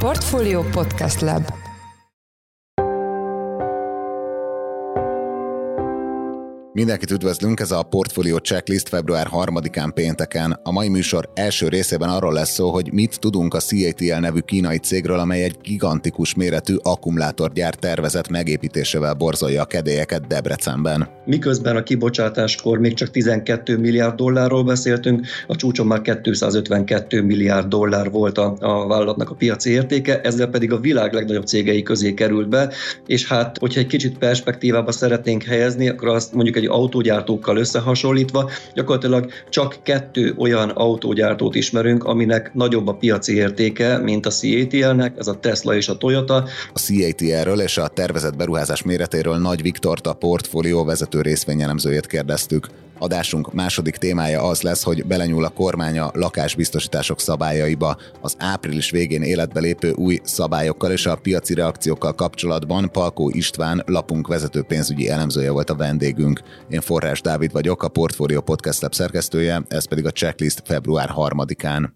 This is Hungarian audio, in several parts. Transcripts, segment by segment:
Portfolio Podcast Lab. Mindenkit üdvözlünk, ez a Portfolio Checklist február 3-án pénteken. A mai műsor első részében arról lesz szó, hogy mit tudunk a CATL nevű kínai cégről, amely egy gigantikus méretű akkumulátorgyár tervezett megépítésével borzolja a kedélyeket Debrecenben. Miközben a kibocsátáskor még csak 12 milliárd dollárról beszéltünk, a csúcson már 252 milliárd dollár volt a vállalatnak a piaci értéke, ezzel pedig a világ legnagyobb cégei közé került be, és hát, hogyha egy kicsit perspektívába szeretnénk helyezni, akkor azt mondjuk egy autógyártókkal összehasonlítva, gyakorlatilag csak 2 olyan autógyártót ismerünk, aminek nagyobb a piaci értéke, mint a CATL-nek, ez a Tesla és a Toyota. A CATL-ről és a tervezett beruházás méretéről Nagy Viktort, a Portfolio vezető részvényelemzőjét kérdeztük. Adásunk második témája az lesz, hogy belenyúl a kormány a lakásbiztosítások szabályaiba. Az április végén életbe lépő új szabályokkal és a piaci reakciókkal kapcsolatban Palkó István, lapunk vezető pénzügyi elemzője volt a vendégünk. Én Forrás Dávid vagyok, a Portfolio Podcast Lab szerkesztője, ez pedig a checklist február 3-án.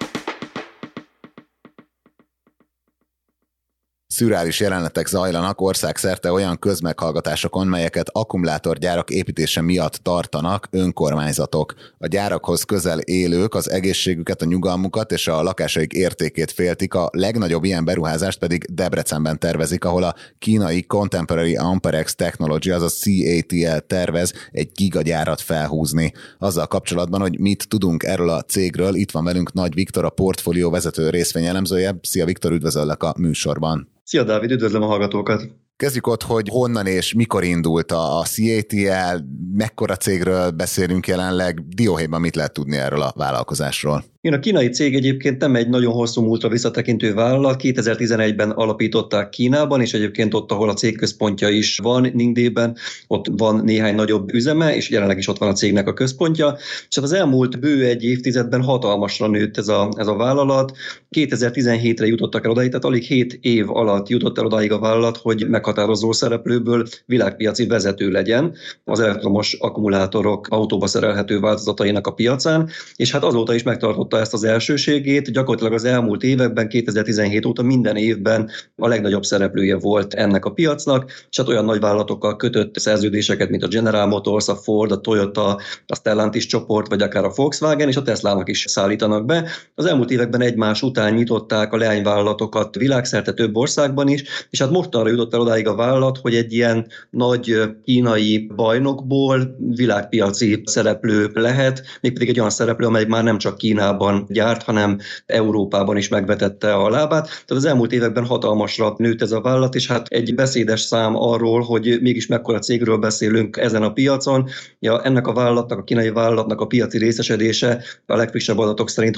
Szürreális jelenetek zajlanak országszerte olyan közmeghallgatásokon, melyeket akkumulátorgyárak építése miatt tartanak önkormányzatok. A gyárakhoz közel élők az egészségüket, a nyugalmukat és a lakásaik értékét féltik, a legnagyobb ilyen beruházást pedig Debrecenben tervezik, ahol a kínai Contemporary Amperex Technology, azaz CATL tervez egy gigagyárat felhúzni. Azzal kapcsolatban, hogy mit tudunk erről a cégről, itt van velünk Nagy Viktor, a Portfolio vezető részvényelemzője. Szia Viktor, üdvözöllek a műsorban. Szia Dávid, üdvözlöm a hallgatókat! Kezdjük ott, hogy honnan és mikor indult a CATL, mekkora cégről beszélünk jelenleg, dióhéjban mit lehet tudni erről a vállalkozásról? A kínai cég egyébként nem egy nagyon hosszú múltra visszatekintő vállalat, 2011-ben alapították Kínában, és egyébként ott, ahol a cég központja is van, Ningdében, ott van néhány nagyobb üzeme, és jelenleg is ott van a cégnek a központja, és az elmúlt bő egy évtizedben hatalmasra nőtt ez a vállalat. 2017-re jutottak el odáig, tehát alig 7 év alatt jutott el odáig a vállalat, hogy meghatározó szereplőből világpiaci vezető legyen az elektromos akkumulátorok autóba szerelhető változatainak a piacán, és hát azóta is megtartott ezt az elsőségét, gyakorlatilag az elmúlt években, 2017 óta minden évben a legnagyobb szereplője volt ennek a piacnak, és hát olyan nagy vállalatokkal kötött szerződéseket, mint a General Motors, a Ford, a Toyota, a Stellantis csoport, vagy akár a Volkswagen, és a Teslának is szállítanak be. Az elmúlt években egymás után nyitották a leányvállalatokat világszerte több országban is, és hát mostanra jutott el odáig a vállalat, hogy egy ilyen nagy kínai bajnokból világpiaci szereplő lehet, mégpedig egy olyan szereplő, amely már nem csak Kínában gyárt, hanem Európában is megvetette a lábát. Tehát az elmúlt években hatalmasra nőtt ez a vállalat, és hát egy beszédes szám arról, hogy mégis mekkora cégről beszélünk ezen a piacon. Ja, ennek a vállalatnak, a kínai vállalatnak a piaci részesedése a legfrissebb adatok szerint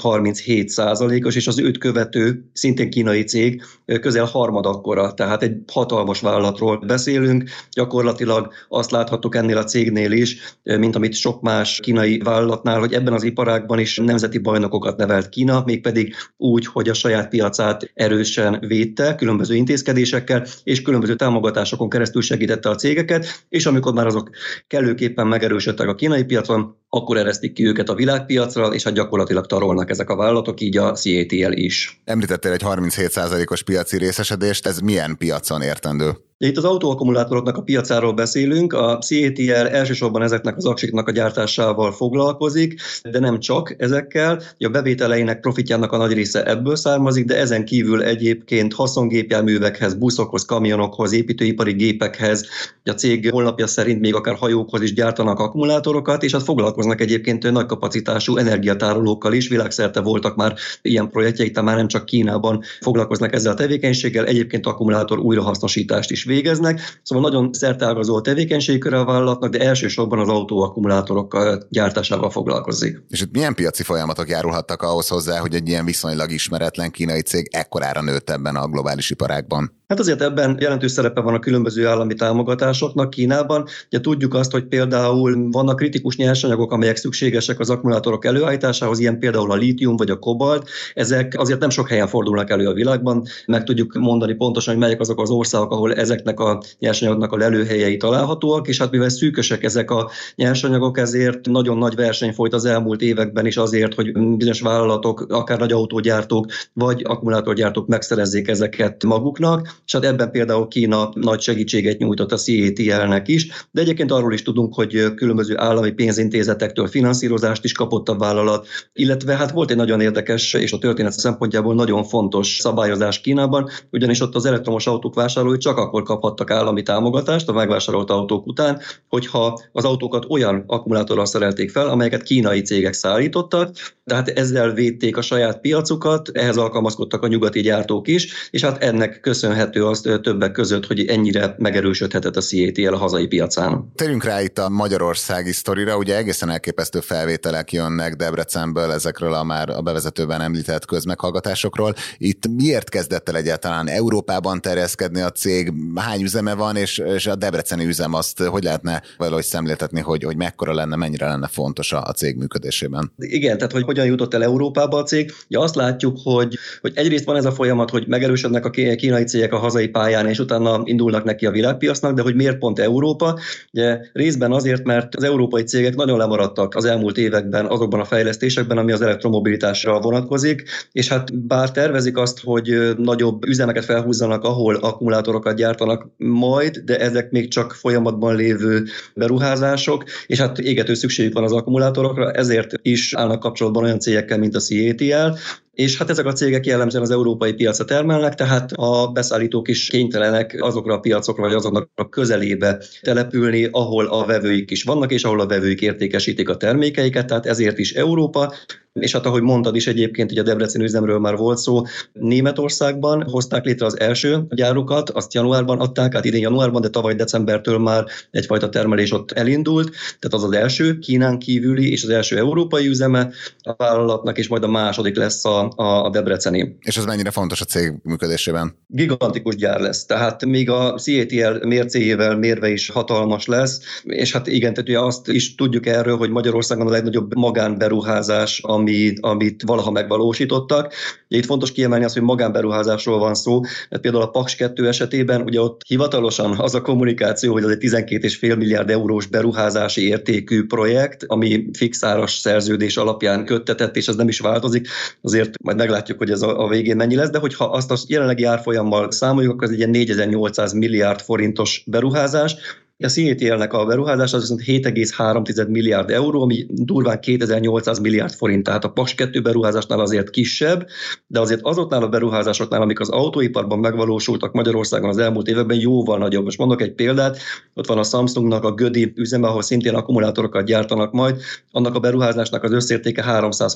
37%-os, és az őt követő, szintén kínai cég közel harmadakkora, tehát egy hatalmas vállalatról beszélünk. Gyakorlatilag azt láthattuk ennél a cégnél is, mint amit sok más kínai vállalatnál, hogy ebben az iparágban is nemzeti bajnokokat nevelt Kína, mégpedig úgy, hogy a saját piacát erősen védte különböző intézkedésekkel, és különböző támogatásokon keresztül segítette a cégeket, és amikor már azok kellőképpen megerősödtek a kínai piacon, akkor eresztik ki őket a világpiacra, és hát gyakorlatilag tarolnak ezek a vállalatok, így a CATL is. Említettél egy 37%-os piaci részesedést, ez milyen piacon értendő? Itt az autóakkumulátoroknak a piacáról beszélünk, a CATL elsősorban ezeknek az aksiknak a gyártásával foglalkozik, de nem csak ezekkel. A bevételeinek, profitjának a nagy része ebből származik, de ezen kívül egyébként haszongépjárművekhez, buszokhoz, kamionokhoz, építőipari gépekhez, a cég honlapja szerint még akár hajókhoz is gyártanak akkumulátorokat, és hát foglalkoznak egyébként nagy kapacitású energiatárolókkal is, világszerte voltak már ilyen projektjeik, tehát már nem csak Kínában foglalkoznak ezzel a tevékenységgel, egyébként akkumulátor újrahasznosítást is végeznek, szóval nagyon szerteágazó a tevékenységköre a vállalatnak, de elsősorban az autóakkumulátorok gyártásával foglalkozik. És itt milyen piaci folyamatok járulhattak ahhoz hozzá, hogy egy ilyen viszonylag ismeretlen kínai cég ekkorára nőtt ebben a globális iparágban? Hát azért ebben jelentős szerepe van a különböző állami támogatásoknak Kínában. Ugye tudjuk azt, hogy például vannak kritikus nyersanyagok, amelyek szükségesek az akkumulátorok előállításához, ilyen például a lítium vagy a kobalt. Ezek azért nem sok helyen fordulnak elő a világban. Meg tudjuk mondani pontosan, hogy melyek azok az országok, ahol ezeknek a nyersanyagoknak a lelőhelyei találhatóak, és hát mivel szűkösek ezek a nyersanyagok, ezért nagyon nagy verseny folyt az elmúlt években is azért, hogy bizonyos vállalatok, akár nagy autógyártók vagy akkumulátorgyártók megszerezzék ezeket maguknak, és hát ebben például Kína nagy segítséget nyújtott a CATL-nek is, de egyébként arról is tudunk, hogy különböző állami pénzintézetektől finanszírozást is kapott a vállalat, illetve hát volt egy nagyon érdekes és a történet szempontjából nagyon fontos szabályozás Kínában, ugyanis ott az elektromos autók vásárlói csak akkor kaphattak állami támogatást a megvásárolt autók után, hogyha az autókat olyan akkumulátorral szerelték fel, amelyeket kínai cégek szállítottak, tehát ezzel védték a saját piacukat, ehhez alkalmazkodtak a nyugati gyártók is, és hát ennek köszönhető az többek között, hogy ennyire megerősödhetett a CATL a hazai piacán. Térjünk rá itt a magyarországi sztorira, ugye egészen elképesztő felvételek jönnek Debrecenből ezekről a bevezetőben említett közmeghallgatásokról. Itt miért kezdett el egyáltalán Európában terjeszkedni a cég, hány üzeme van, és a debreceni üzem azt hogy lehetne valahogy szemléltetni, hogy mekkora lenne, mennyire lenne fontos a cég működésében? Igen, tehát hogy hogyan jutott el Európába a cég. Ja, azt látjuk, hogy egyrészt van ez a folyamat, hogy megerősödnek a kínai cégek a hazai pályán, és utána indulnak neki a világpiacnak, de hogy miért pont Európa? Ugye részben azért, mert az európai cégek nagyon lemaradtak az elmúlt években azokban a fejlesztésekben, ami az elektromobilitásra vonatkozik, és hát bár tervezik azt, hogy nagyobb üzemeket felhúzzanak, ahol akkumulátorokat gyártanak majd, de ezek még csak folyamatban lévő beruházások, és hát égető szükségük van az akkumulátorokra, ezért is állnak kapcsolatban olyan cégekkel, mint a CATL, és hát ezek a cégek jellemzően az európai piacra termelnek, tehát a beszállítók is kénytelenek azokra a piacokra, vagy azoknak a közelébe települni, ahol a vevőik is vannak, és ahol a vevőik értékesítik a termékeiket, tehát ezért is Európa. És hát ahogy mondtad is egyébként, hogy a debreceni üzemről már volt szó, Németországban hozták létre az első gyárukat, azt januárban adták át, idén januárban, de tavaly decembertől már egyfajta termelés ott elindult, tehát az az első Kínán kívüli és az első európai üzeme a vállalatnak, és majd a második lesz a debreceni. És ez mennyire fontos a cég működésében? Gigantikus gyár lesz, tehát még a CATL mércéjével mérve is hatalmas lesz, és hát igen, tehát ugye azt is tudjuk erről, hogy Magyarországon a legnagyobb magánberuházás, amit valaha megvalósítottak. Ugye itt fontos kiemelni azt, hogy magánberuházásról van szó, mert például a Paks 2 esetében ugye ott hivatalosan az a kommunikáció, hogy az egy 12,5 milliárd eurós beruházási értékű projekt, ami fixáras szerződés alapján köttetett, és ez nem is változik. Azért majd meglátjuk, hogy ez a végén mennyi lesz, de hogyha azt a jelenlegi árfolyammal számoljuk, akkor ez egy ilyen 4800 milliárd forintos beruházás. A CATL-nek a beruházás az viszont 7,3 milliárd euró, ami durván 2800 milliárd forint, tehát a Paks 2 beruházásnál azért kisebb, de azért azoknál a beruházásoknál, amik az autóiparban megvalósultak Magyarországon az elmúlt években, jóval nagyobb. Most mondok egy példát, ott van a Samsungnak a Gödi üzeme, ahol szintén akkumulátorokat gyártanak majd, annak a beruházásnak az összértéke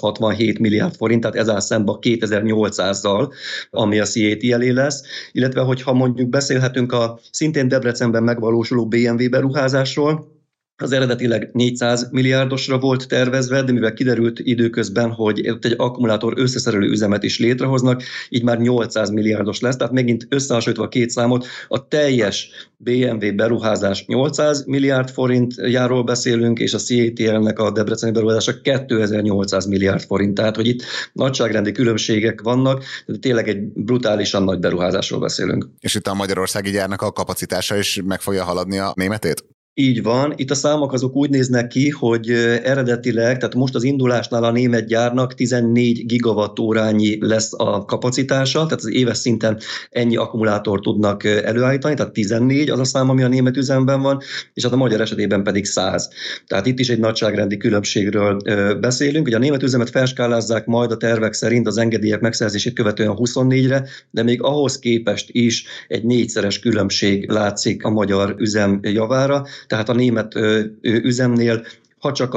367 milliárd forint, tehát ez áll szembe a 2800-zal, ami a CATL-é lesz, illetve hogyha mondjuk beszélhetünk a szintén Debrecenben megvalósuló BMW beruházásról, az eredetileg 400 milliárdosra volt tervezve, de mivel kiderült időközben, hogy ott egy akkumulátor összeszerelő üzemet is létrehoznak, így már 800 milliárdos lesz, tehát megint összehasonlítva a két számot, a teljes BMW beruházás 800 milliárd forintjáról beszélünk, és a CATL-nek a debreceni beruházása 2800 milliárd forint, tehát hogy itt nagyságrendi különbségek vannak, de tényleg egy brutálisan nagy beruházásról beszélünk. És itt a magyarországi gyárnak a kapacitása is meg fogja haladni a németét? Így van. Itt a számok azok úgy néznek ki, hogy eredetileg, tehát most az indulásnál a német gyárnak 14 gigawattórányi lesz a kapacitása, tehát az éves szinten ennyi akkumulátort tudnak előállítani, tehát 14 az a szám, ami a német üzemben van, és hát a magyar esetében pedig 100. Tehát itt is egy nagyságrendi különbségről beszélünk. Ugye a német üzemet felskálázzák majd a tervek szerint az engedélyek megszerzését követően 24-re, de még ahhoz képest is egy 4-szeres különbség látszik a magyar üzem javára. Tehát a német üzemnél, ha csak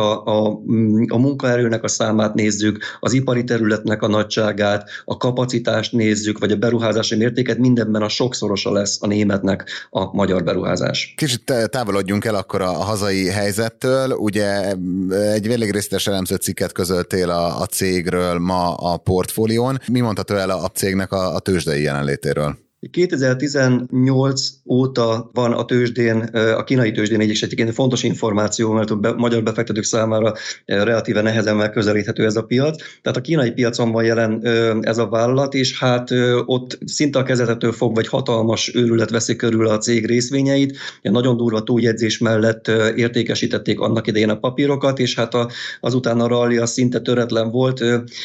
a munkaerőnek a számát nézzük, az ipari területnek a nagyságát, a kapacitást nézzük, vagy a beruházási mértéket, mindenben a sokszorosa lesz a németnek a magyar beruházás. Kicsit távolodjunk el akkor a hazai helyzettől. Ugye egy elég részletes elemző cikket közöltél a cégről ma a portfólión. Mi mondható el a cégnek a tőzsdei jelenlétéről? 2018 óta van a tőzsdén, a kínai tőzsdén egyébként fontos információ, mert a magyar befektetők számára relatíve nehezen megközelíthető ez a piac. Tehát a kínai piacon van jelen ez a vállalat, és hát ott szinte a kezdetettől fogva egy hatalmas őrület veszi körül a cég részvényeit. Nagyon durva túljegyzés mellett értékesítették annak idején a papírokat, és hát azután a rally az szinte töretlen volt.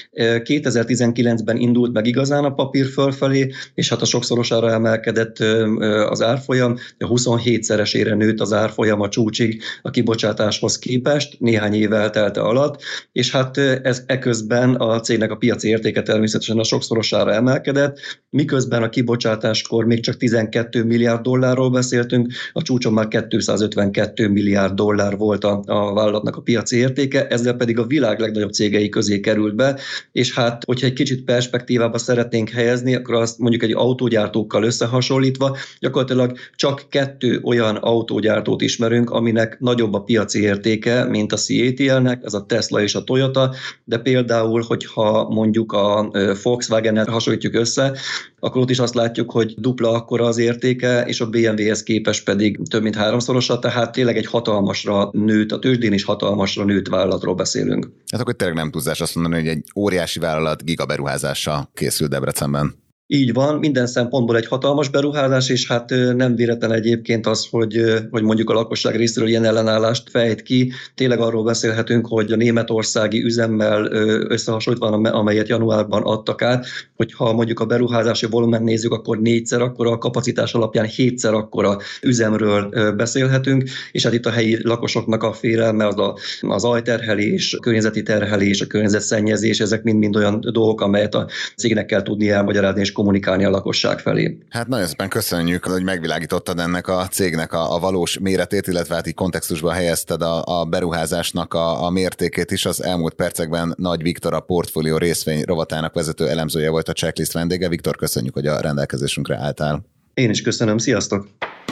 2019-ben indult meg igazán a papír fölfelé, és hát a sokszorosára emelkedett az árfolyam, 27-szeresére nőtt az árfolyam a csúcsig a kibocsátáshoz képest, néhány év eltelte alatt, és hát ez eközben a cégnek a piaci értéke természetesen a sokszorosára emelkedett, miközben a kibocsátáskor még csak 12 milliárd dollárról beszéltünk, a csúcson már 252 milliárd dollár volt a vállalatnak a piaci értéke, ezzel pedig a világ legnagyobb cégei közé került be, és hát, hogyha egy kicsit perspektívába szeretnénk helyezni, akkor azt mondjuk egy autógyártókkal összehasonlítva, gyakorlatilag csak 2 olyan autógyártót ismerünk, aminek nagyobb a piaci értéke, mint a CATL-nek, ez a Tesla és a Toyota, de például, hogyha mondjuk a Volkswagen-nel hasonlítjuk össze, akkor ott is azt látjuk, hogy dupla akkora az értéke, és a BMW-hez képest pedig több mint 3-szorosa, tehát tényleg egy hatalmasra nőtt, a tőzsdén is hatalmasra nőtt vállalatról beszélünk. Hát akkor tényleg nem tudsz azt mondani, hogy egy óriási vállalat gigaberuházással készült Debrecenben. Így van, minden szempontból egy hatalmas beruházás, és hát nem véletlen egyébként az, hogy mondjuk a lakosság részéről ilyen ellenállást fejt ki. Tényleg arról beszélhetünk, hogy a németországi üzemmel összehasonlítva, amelyet januárban adtak át, hogyha mondjuk a beruházási volumen nézzük, akkor 4-szer akkora, a kapacitás alapján 7-szer akkora üzemről beszélhetünk, és hát itt a helyi lakosoknak a félelme, az zajterhelés, a környezeti terhelés, a környezetszennyezés, ezek mind-mind olyan dolgok, amelyet a cégnek kell tudni elmagyarázni és kommunikálni a lakosság felé. Hát nagyon szépen köszönjük, hogy megvilágítottad ennek a cégnek a valós méretét, illetve hát így kontextusba helyezted a beruházásnak a mértékét is. Az elmúlt percekben Nagy Viktor, a Portfólió részvény rovatának vezető elemzője volt a Checklist vendége. Viktor, köszönjük, hogy a rendelkezésünkre álltál. Én is köszönöm, sziasztok!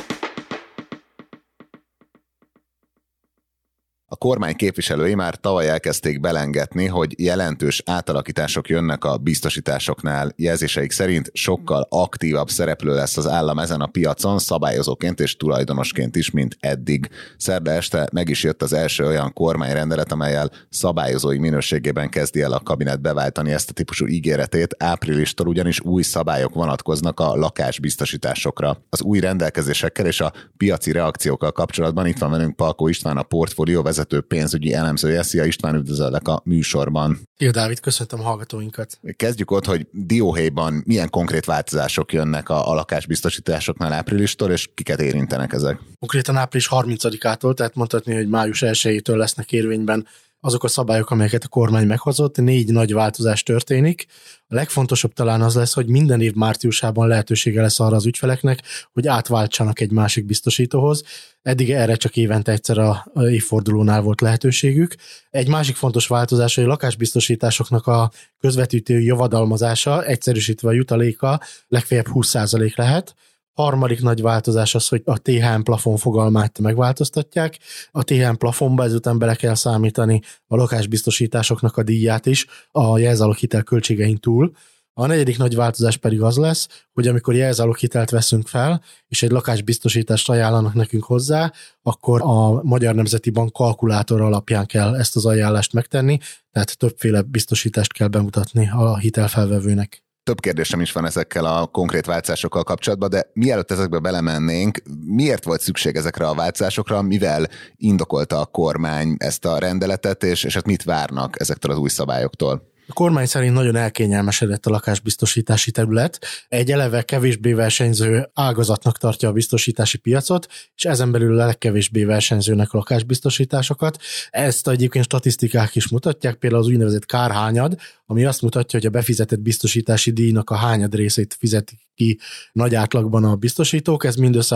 A kormány képviselői már tavaly elkezdték belengetni, hogy jelentős átalakítások jönnek a biztosításoknál. Jelzéseik szerint sokkal aktívabb szereplő lesz az állam ezen a piacon, szabályozóként és tulajdonosként is, mint eddig. Szerda este meg is jött az első olyan kormányrendelet, amellyel szabályozói minőségében kezdi el a kabinet beváltani ezt a típusú ígéretét. Áprilistól ugyanis új szabályok vonatkoznak a lakásbiztosításokra. Az új rendelkezésekkel és a piaci reakciókkal kapcsolatban itt van velünk Palkó István, a Portfólió vezető pénzügyi elemzője. Szia István, üdvözöllek a műsorban. Szia Dávid, köszöntöm a hallgatóinkat. Kezdjük ott, hogy dióhéjban milyen konkrét változások jönnek a lakásbiztosításoknál áprilistól, és kiket érintenek ezek? Konkrétan április 30-ától, tehát mondhatni, hogy május 1-től lesznek érvényben azok a szabályok, amelyeket a kormány meghozott. 4 nagy változás történik. A legfontosabb talán az lesz, hogy minden év márciusában lehetősége lesz arra az ügyfeleknek, hogy átváltsanak egy másik biztosítóhoz. Eddig erre csak évente egyszer a évfordulónál volt lehetőségük. Egy másik fontos változás, hogy a lakásbiztosításoknak a közvetítői javadalmazása, egyszerűsítve a jutaléka legfeljebb 20% lehet. Harmadik nagy változás az, hogy a THM plafon fogalmát megváltoztatják. A THM plafonba ezután bele kell számítani a lakásbiztosításoknak a díját is a jelzáloghitel költségein túl. A negyedik nagy változás pedig az lesz, hogy amikor jelzáloghitelt veszünk fel, és egy lakásbiztosítást ajánlanak nekünk hozzá, akkor a Magyar Nemzeti Bank kalkulátor alapján kell ezt az ajánlást megtenni, tehát többféle biztosítást kell bemutatni a hitelfelvevőnek. Több kérdésem is van ezekkel a konkrét változásokkal kapcsolatban, de mielőtt ezekbe belemennénk, miért volt szükség ezekre a változásokra, mivel indokolta a kormány ezt a rendeletet, és hát mit várnak ezektől az új szabályoktól? A kormány szerint nagyon elkényelmesedett a lakásbiztosítási terület. Egy eleve kevésbé versenyző ágazatnak tartja a biztosítási piacot, és ezen belül a legkevésbé versenyzőnek a lakásbiztosításokat. Ezt egyébként statisztikák is mutatják, például az úgynevezett kárhányad, ami azt mutatja, hogy a befizetett biztosítási díjnak a hányad részét fizetik ki nagy átlagban a biztosítók. Ez mindössze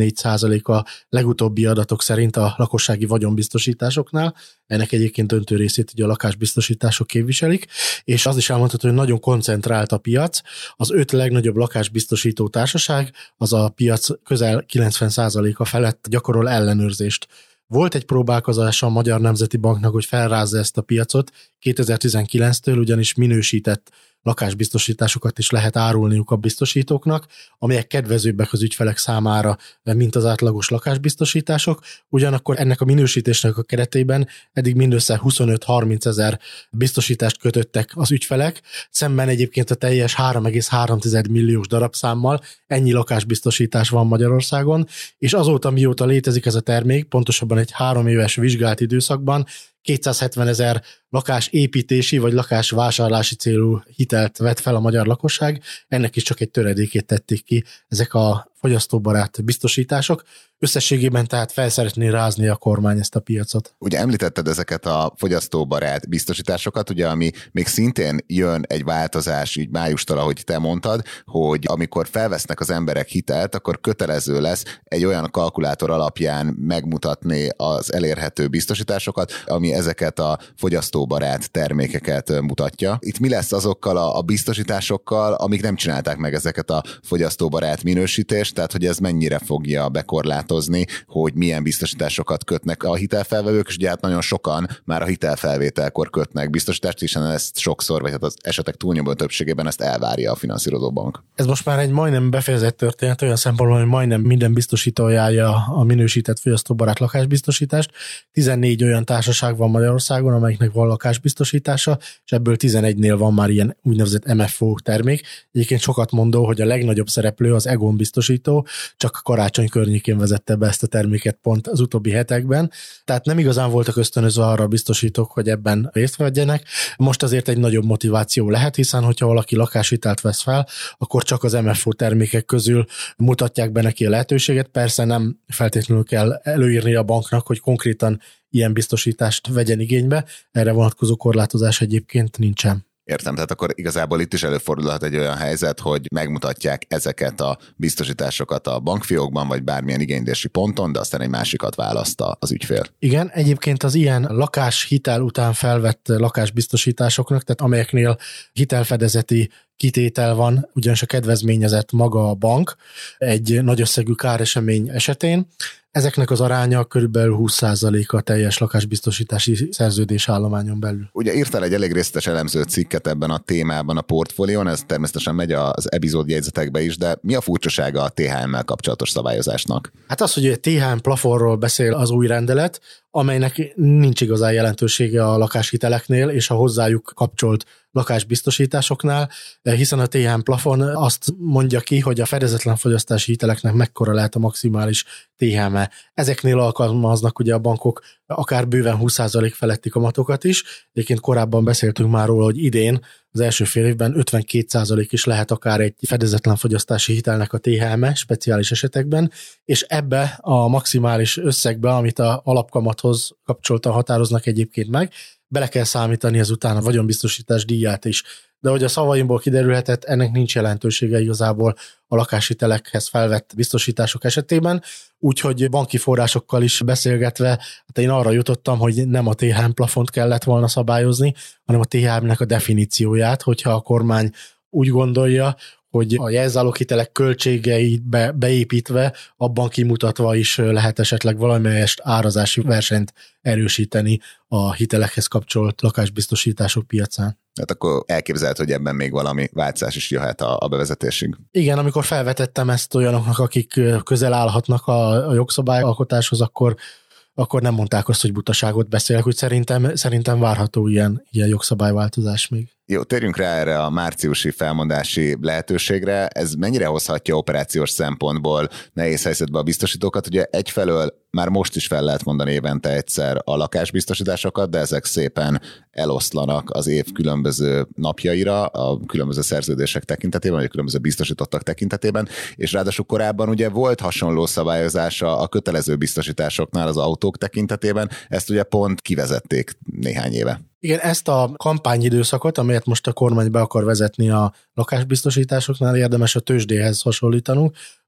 34% a legutóbbi adatok szerint a lakossági vagyonbiztosításoknál. Ennek egyébként döntő részét ugye a lakásbiztosítások képviselik, és az is elmondható, hogy nagyon koncentrált a piac. Az 5 legnagyobb lakásbiztosító társaság, az a piac közel 90%-a felett gyakorol ellenőrzést. Volt egy próbálkozása a Magyar Nemzeti Banknak, hogy felrázza ezt a piacot 2019-től, ugyanis minősített lakásbiztosításokat is lehet árulniuk a biztosítóknak, amelyek kedvezőbbek az ügyfelek számára, mint az átlagos lakásbiztosítások. Ugyanakkor ennek a minősítésnek a keretében eddig mindössze 25-30 ezer biztosítást kötöttek az ügyfelek, szemben egyébként a teljes 3,3 milliós darabszámmal ennyi lakásbiztosítás van Magyarországon, és azóta, mióta létezik ez a termék, pontosabban egy 3 éves vizsgált időszakban 270 ezer lakásépítési vagy lakásvásárlási célú hitelt vett fel a magyar lakosság, ennek is csak egy töredékét tették ki ezek a fogyasztóbarát biztosítások. Összességében tehát fel szeretné rázni a kormány ezt a piacot. Ugye említetted ezeket a fogyasztóbarát biztosításokat, ugye, ami még szintén jön egy változás így májustól, ahogy te mondtad, hogy amikor felvesznek az emberek hitelt, akkor kötelező lesz egy olyan kalkulátor alapján megmutatni az elérhető biztosításokat, ami ezeket a fogyasztóbarát termékeket mutatja. Itt mi lesz azokkal a biztosításokkal, amik nem csinálták meg ezeket a fogyasztóbarát minősítést, tehát hogy ez mennyire fogja bekorlátozni, hogy milyen biztosításokat kötnek a hitelfelvevők, és ugye hát nagyon sokan már a hitelfelvételkor kötnek biztosítást, hiszen ezt sokszor, vagy hát az esetek túlnyomó többségében ezt elvárja a finanszírozó bank. Ez most már egy majdnem befejezett történet, olyan szempontból, hogy majdnem minden biztosító ajánlja a minősített fogyasztóbarát lakásbiztosítást. 14 olyan társaság van Magyarországon, amelyiknek van lakásbiztosítása, és ebből 11-nél van már ilyen úgynevezett MFO termék. Egyébként sokat mondó, hogy a legnagyobb szereplő az Egon biztosító, csak karácsony környékén vezette be ezt a terméket pont az utóbbi hetekben. Tehát nem igazán voltak ösztönözve arra a biztosítók, hogy ebben részt vegyenek. Most azért egy nagyobb motiváció lehet, hiszen hogyha valaki lakáshitelt vesz fel, akkor csak az MFO termékek közül mutatják be neki a lehetőséget. Persze nem feltétlenül kell előírni a banknak, hogy konkrétan ilyen biztosítást vegyen igénybe. Erre vonatkozó korlátozás egyébként nincsen. Értem, tehát akkor igazából itt is előfordulhat egy olyan helyzet, hogy megmutatják ezeket a biztosításokat a bankfiókban, vagy bármilyen igénylési ponton, de aztán egy másikat választ az ügyfél. Igen, egyébként az ilyen lakáshitel után felvett lakásbiztosításoknak, tehát amelyeknél hitelfedezeti kitétel van, ugyanis a kedvezményezett maga a bank egy nagy összegű káresemény esetén. Ezeknek az aránya körülbelül 20% a teljes lakásbiztosítási szerződés állományon belül. Ugye írtál egy elég részletes elemző cikket ebben a témában a portfólión, ez természetesen megy az epizódjegyzetekbe is, de mi a furcsasága a THM-mel kapcsolatos szabályozásnak? Hát az, hogy a THM plafonról beszél az új rendelet, amelynek nincs igazán jelentősége a lakáshiteleknél és a hozzájuk kapcsolt lakásbiztosításoknál, hiszen a THM plafon azt mondja ki, hogy a fedezetlen fogyasztási hiteleknek mekkora lehet a maximális THM-e. Ezeknél alkalmaznak ugye a bankok akár bőven 20% feletti kamatokat is. Egyébként korábban beszéltünk már róla, hogy idén az első fél évben 52% is lehet akár egy fedezetlen fogyasztási hitelnek a THM-e speciális esetekben, és ebbe a maximális összegbe, amit a alapkamathoz kapcsoltan határoznak egyébként meg, bele kell számítani ezután a vagyonbiztosítás díját is. De hogy a szavaimból kiderülhetett, ennek nincs jelentősége igazából a lakáshitelekhez felvett biztosítások esetében, úgyhogy banki forrásokkal is beszélgetve, hát én arra jutottam, hogy nem a THM plafont kellett volna szabályozni, hanem a THM-nek a definícióját, hogyha a kormány úgy gondolja, hogy a jelzálóghitelek költségeit beépítve, abban kimutatva is lehet esetleg valamelyest árazási versenyt erősíteni a hitelekhez kapcsolt lakásbiztosítások piacán. Tehát akkor elképzelhető, hogy ebben még valami változás is jöhet a bevezetésig. Igen, amikor felvetettem ezt olyanoknak, akik közel állhatnak a jogszabályalkotáshoz, akkor nem mondták azt, hogy butaságot beszélek, hogy szerintem várható ilyen jogszabályváltozás még. Jó, térjünk rá erre a márciusi felmondási lehetőségre. Ez mennyire hozhatja operációs szempontból nehéz helyzetbe a biztosítókat? Ugye egyfelől már most is fel lehet mondani évente egyszer a lakásbiztosításokat, de ezek szépen eloszlanak az év különböző napjaira, a különböző szerződések tekintetében, vagy a különböző biztosítottak tekintetében, és ráadásul korábban ugye volt hasonló szabályozása a kötelező biztosításoknál az autók tekintetében, ezt ugye pont kivezették néhány éve. Igen, ezt a kampányidőszakot, amelyet most a kormány be akar vezetni a lakásbiztosításoknál, érdemes a tőzsdéhez hasonlítanunk,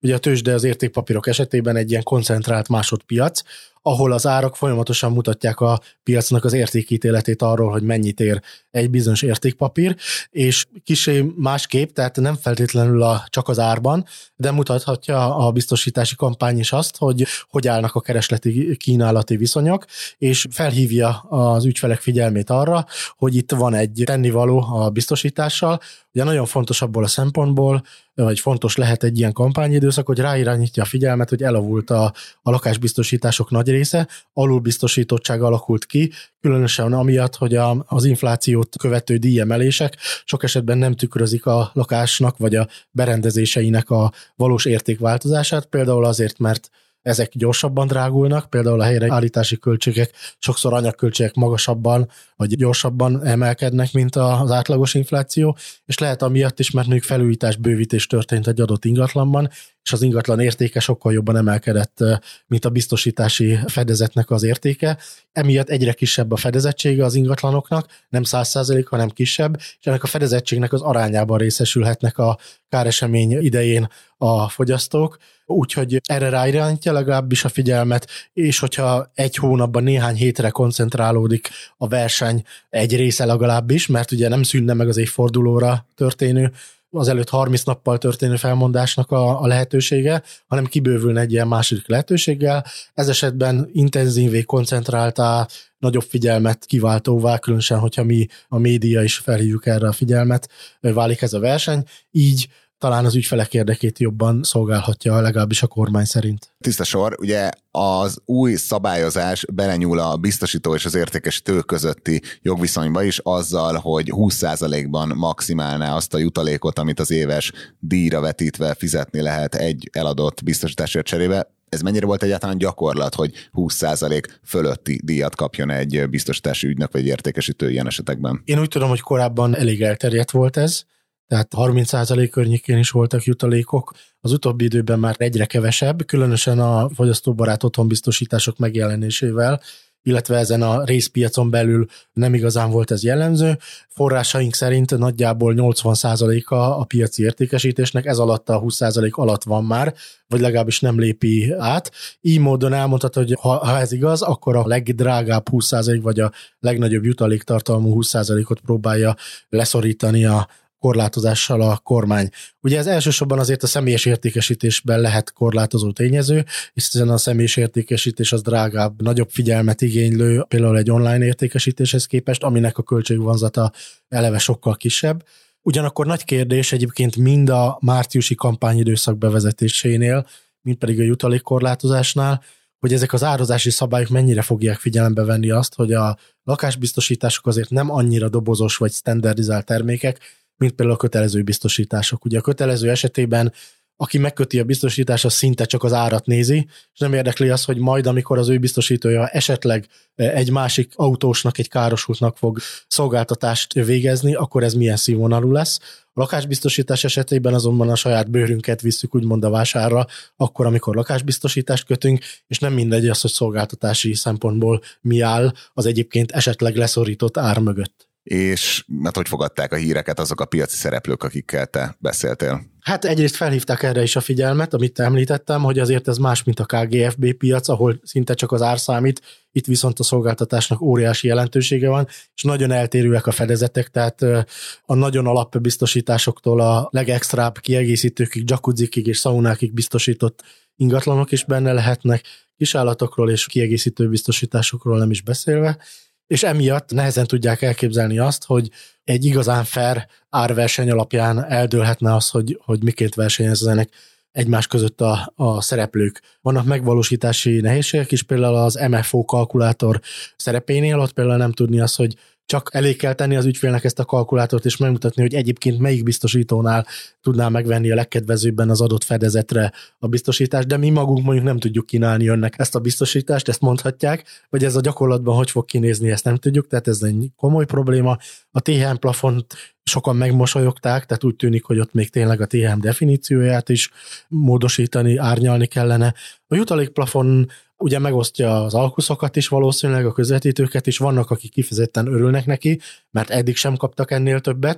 Ugye a tőzsde az értékpapírok esetében egy ilyen koncentrált másodpiac, ahol az árak folyamatosan mutatják a piacnak az értékítéletét arról, hogy mennyit ér egy bizonyos értékpapír, és kicsi másképp, tehát nem feltétlenül csak az árban, de mutathatja a biztosítási kampány is azt, hogy állnak a keresleti kínálati viszonyok, és felhívja az ügyfelek figyelmét arra, hogy itt van egy tennivaló a biztosítással. Ugye nagyon fontos abból a szempontból, vagy fontos lehet egy ilyen kampányidőszak, hogy ráirányítja a figyelmet, hogy elavult a lakásbiztosítások nagy része, alulbiztosítottság alakult ki, különösen amiatt, hogy az inflációt követő díjemelések sok esetben nem tükrözik a lakásnak vagy a berendezéseinek a valós értékváltozását, például azért, mert ezek gyorsabban drágulnak, például a helyreállítási költségek sokszor anyagköltségek magasabban vagy gyorsabban emelkednek, mint az átlagos infláció, és lehet amiatt is, mert mondjuk felújítás, bővítés történt egy adott ingatlanban, és az ingatlan értéke sokkal jobban emelkedett, mint a biztosítási fedezetnek az értéke. Emiatt egyre kisebb a fedezettsége az ingatlanoknak, nem 100%, hanem kisebb, és ennek a fedezettségnek az arányában részesülhetnek a káresemény idején a fogyasztók, úgyhogy erre ráirányítja legalábbis a figyelmet, és hogyha egy hónapban néhány hétre koncentrálódik a verseny egy része legalábbis, mert ugye nem szűnne meg az évfordulóra történő, az előtt 30 nappal történő felmondásnak a lehetősége, hanem kibővülne egy ilyen második lehetőséggel. Ez esetben intenzívé, koncentráltá, nagyobb figyelmet kiváltóvá, különösen, hogyha mi a média is felhívjuk erre a figyelmet, válik ez a verseny. Így talán az ügyfelek érdekét jobban szolgálhatja, legalábbis a kormány szerint. Tiszta sor, ugye az új szabályozás belenyúl a biztosító és az értékesítő közötti jogviszonyba is azzal, hogy 20%-ban maximálná azt a jutalékot, amit az éves díjra vetítve fizetni lehet egy eladott biztosításért cserébe. Ez mennyire volt egyáltalán gyakorlat, hogy 20% fölötti díjat kapjon egy biztosítási ügynök vagy értékesítő ilyen esetekben? Én úgy tudom, hogy korábban elég elterjedt volt ez, tehát 30% környékén is voltak jutalékok. Az utóbbi időben már egyre kevesebb, különösen a fogyasztóbarát otthonbiztosítások megjelenésével, illetve ezen a részpiacon belül nem igazán volt ez jellemző. Forrásaink szerint nagyjából 80%-a a piaci értékesítésnek ez alatt a 20% alatt van már, vagy legalábbis nem lépi át. Így módon elmondható, hogy ha ez igaz, akkor a legdrágább 20% vagy a legnagyobb jutaléktartalmú 20%-ot próbálja leszorítani a korlátozással a kormány. Ugye ez elsősorban azért a személyes értékesítésben lehet korlátozó tényező, hiszen a személyes értékesítés az drágább, nagyobb figyelmet igénylő, például egy online értékesítéshez képest, aminek a költségvonzata eleve sokkal kisebb. Ugyanakkor nagy kérdés egyébként mind a márciusi kampányidőszak bevezetésénél, mind pedig a jutalékkorlátozásnál, hogy ezek az árazási szabályok mennyire fogják figyelembe venni azt, hogy a lakásbiztosítások azért nem annyira dobozos vagy standardizált termékek, mint például a kötelező biztosítások. Ugye a kötelező esetében, aki megköti a biztosítást, az szinte csak az árat nézi, és nem érdekli az, hogy majd, amikor az ő biztosítója esetleg egy másik autósnak, egy károsultnak fog szolgáltatást végezni, akkor ez milyen színvonalú lesz. A lakásbiztosítás esetében azonban a saját bőrünket visszük úgymond a vásárra, akkor, amikor lakásbiztosítást kötünk, és nem mindegy az, hogy szolgáltatási szempontból mi áll az egyébként esetleg leszorított ár mögött. És hát hogy fogadták a híreket azok a piaci szereplők, akikkel te beszéltél? Hát egyrészt felhívták erre is a figyelmet, amit említettem, hogy azért ez más, mint a KGFB piac, ahol szinte csak az ár számít, itt viszont a szolgáltatásnak óriási jelentősége van, és nagyon eltérőek a fedezetek, tehát a nagyon alapbiztosításoktól a legextrább kiegészítőkig, jacuzzikig és szaunákig biztosított ingatlanok is benne lehetnek, kisállatokról és kiegészítő biztosításokról nem is beszélve, és emiatt nehezen tudják elképzelni azt, hogy egy igazán fair árverseny alapján eldőlhetne az, hogy miként versenyezzenek egymás között a szereplők. Vannak megvalósítási nehézségek is, például az MFO kalkulátor szerepénél, ott például nem tudni azt, hogy csak elég kell tenni az ügyfélnek ezt a kalkulátort, és megmutatni, hogy egyébként melyik biztosítónál tudná megvenni a legkedvezőbben az adott fedezetre a biztosítást, de mi magunk mondjuk nem tudjuk kínálni önnek ezt a biztosítást, ezt mondhatják, vagy ez a gyakorlatban hogy fog kinézni, ezt nem tudjuk, tehát ez egy komoly probléma. A THM plafont sokan megmosolyogták, tehát úgy tűnik, hogy ott még tényleg a THM definícióját is módosítani, árnyalni kellene. A jutalékplafon ugye megosztja az alkuszokat is valószínűleg, a közvetítőket is, vannak, akik kifejezetten örülnek neki, mert eddig sem kaptak ennél többet,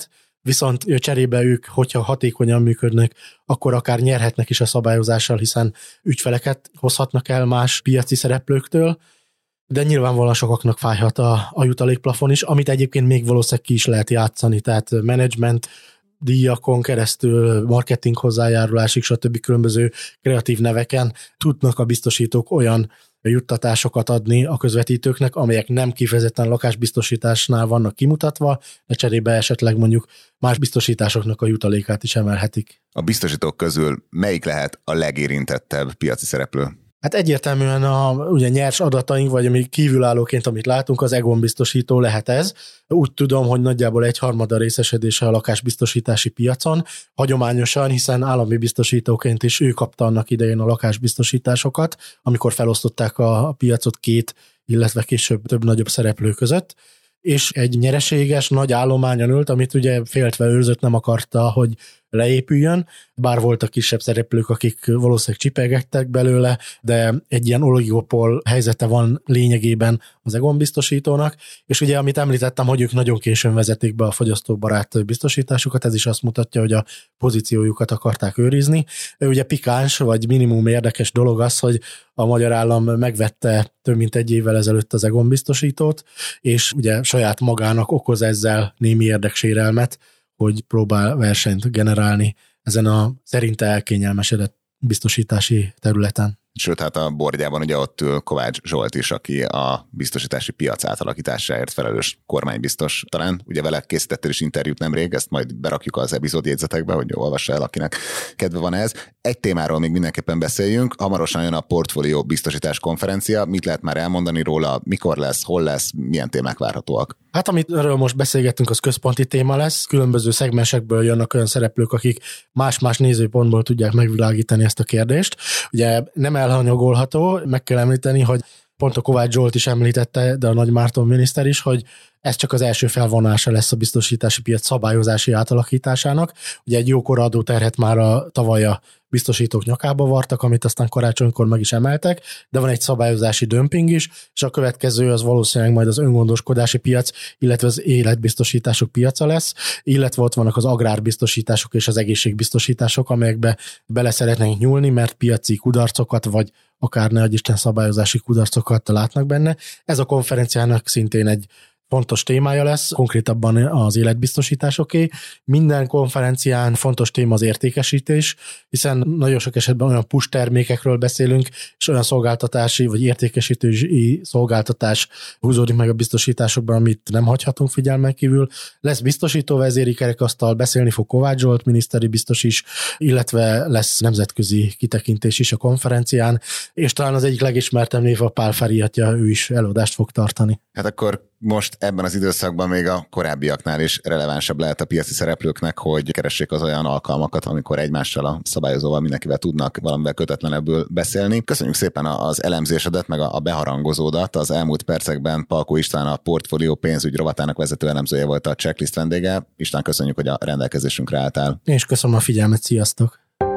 viszont cserébe ők, hogyha hatékonyan működnek, akkor akár nyerhetnek is a szabályozással, hiszen ügyfeleket hozhatnak el más piaci szereplőktől, de nyilvánvalóan sokaknak fájhat a jutalékplafon is, amit egyébként még valószínűleg ki is lehet játszani, tehát menedzsment díjakon keresztül, marketing hozzájárulásig, stb. Különböző kreatív neveken tudnak a biztosítók olyan juttatásokat adni a közvetítőknek, amelyek nem kifejezetten lakásbiztosításnál vannak kimutatva, de cserébe esetleg mondjuk más biztosításoknak a jutalékát is emelhetik. A biztosítók közül melyik lehet a legérintettebb piaci szereplő? Hát egyértelműen ugye nyers adataink, vagy ami kívülállóként, amit látunk, az Egon biztosító lehet ez. Úgy tudom, hogy nagyjából 1/3 részesedése a lakásbiztosítási piacon, hagyományosan, hiszen állami biztosítóként is ő kapta annak idején a lakásbiztosításokat, amikor felosztották a piacot 2, illetve később több nagyobb szereplő között, és egy nyereséges nagy állományon ült, amit ugye féltve őrzött, nem akarta, hogy leépüljön, bár voltak kisebb szereplők, akik valószínűleg csipelgettek belőle, de egy ilyen oligopol helyzete van lényegében az Egon biztosítónak, és ugye amit említettem, hogy ők nagyon későn vezetik be a fogyasztóbarát biztosításukat, ez is azt mutatja, hogy a pozíciójukat akarták őrizni. Ugye pikáns, vagy minimum érdekes dolog az, hogy a magyar állam megvette több mint 1 évvel ezelőtt az Egon biztosítót, és ugye saját magának okoz ezzel némi érdeksérelmet, hogy próbál versenyt generálni ezen a szerinte elkényelmesedett biztosítási területen. Sőt, hát a bordjában ugye ott ül Kovács Zsolt is, aki a biztosítási piac átalakításáért felelős kormánybiztos. Talán ugye vele készítettél is interjút nemrég, ezt majd berakjuk az epizódjegyzetekbe, hogy olvassa el, akinek kedve van ez. Egy témáról még mindenképpen beszéljünk, hamarosan jön a Portfólió biztosítás konferencia, mit lehet már elmondani róla, mikor lesz, hol lesz, milyen témák várhatóak? Hát amiről most beszélgettünk, az központi téma lesz, különböző szegmensekből jönnek olyan szereplők, akik más-más nézőpontból tudják megvilágítani ezt a kérdést. Ugye nem elhanyagolható, meg kell említeni, hogy pont a Kovács Zsolt is említette, de a Nagy Márton miniszter is, hogy ez csak az első felvonása lesz a biztosítási piac szabályozási átalakításának. Ugye egy jókora adóterhet már tavaly a biztosítók nyakába vartak, amit aztán karácsonykor meg is emeltek, de van egy szabályozási dömping is, és a következő az valószínűleg majd az öngondoskodási piac, illetve az életbiztosítások piaca lesz, illetve ott vannak az agrárbiztosítások és az egészségbiztosítások, amelyekbe bele szeretnénk nyúlni, mert piaci kudarcokat, vagy akár ne adj Isten szabályozási kudarcokat látnak benne. Ez a konferenciának szintén egy fontos témája lesz, konkrétabban az életbiztosításoké. Minden konferencián fontos téma az értékesítés, hiszen nagyon sok esetben olyan push termékekről beszélünk, és olyan szolgáltatási vagy értékesítési szolgáltatás húzódik meg a biztosításokban, amit nem hagyhatunk figyelmen kívül. Lesz biztosító vezéri kerekasztal, beszélni fog Kovács Zsolt, miniszteri biztos is, illetve lesz nemzetközi kitekintés is a konferencián, és talán az egyik legismertebb név a Pál Feri atya, ő is előadást fog tartani. Hát akkor most ebben az időszakban még a korábbiaknál is relevánsabb lehet a piaci szereplőknek, hogy keressék az olyan alkalmakat, amikor egymással, a szabályozóval, mindenkivel tudnak valamivel kötetlenebből beszélni. Köszönjük szépen az elemzésedet, meg a beharangozódat. Az elmúlt percekben Palkó István, a Portfólió pénzügy rovatának vezető elemzője volt a Checklist vendége. István, köszönjük, hogy a rendelkezésünkre álltál. Én is köszönöm a figyelmet, sziasztok!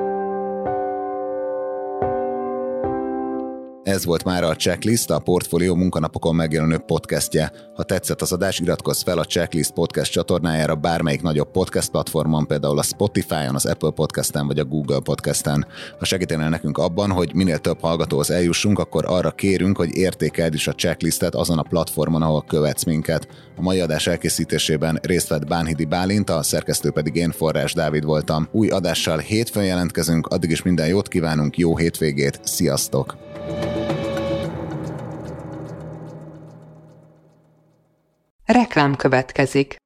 Ez volt már a Checklist, a Portfólió munkanapokon megjelenő podcastje. Ha tetszett az adás, iratkozz fel a Checklist podcast csatornájára bármelyik nagyobb podcast platformon, például a Spotify-on, az Apple Podcasten vagy a Google Podcasten. Ha segítenél nekünk abban, hogy minél több hallgatóhoz eljussunk, akkor arra kérünk, hogy értékeld is a Checklistet azon a platformon, ahol követsz minket. A mai adás elkészítésében részt vett Bánhidi Bálint, a szerkesztő pedig én, Forrás Dávid voltam. Új adással hétfőn jelentkezünk, addig is minden jót kívánunk, jó hétvégét, sziasztok! Reklám következik.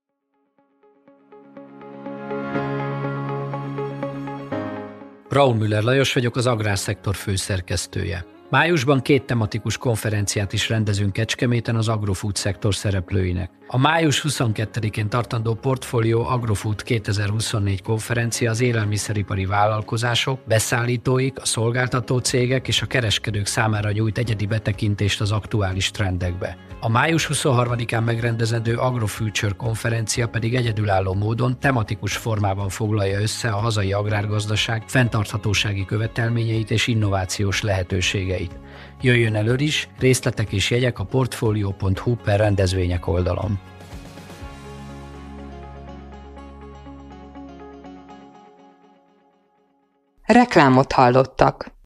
Braun Müller Lajos vagyok, az Agrárszektor főszerkesztője. Májusban 2 tematikus konferenciát is rendezünk Kecskeméten az agrofood szektor szereplőinek. A május 22-én tartandó Portfólió Agrofood 2024 konferencia az élelmiszeripari vállalkozások, beszállítóik, a szolgáltató cégek és a kereskedők számára nyújt egyedi betekintést az aktuális trendekbe. A május 23-án megrendezendő AgroFuture konferencia pedig egyedülálló módon tematikus formában foglalja össze a hazai agrárgazdaság fenntarthatósági követelményeit és innovációs lehetőségeit. Jöjjön elő is, részletek és jegyek a portfolio.hu/rendezvények oldalon. Reklámot hallottak.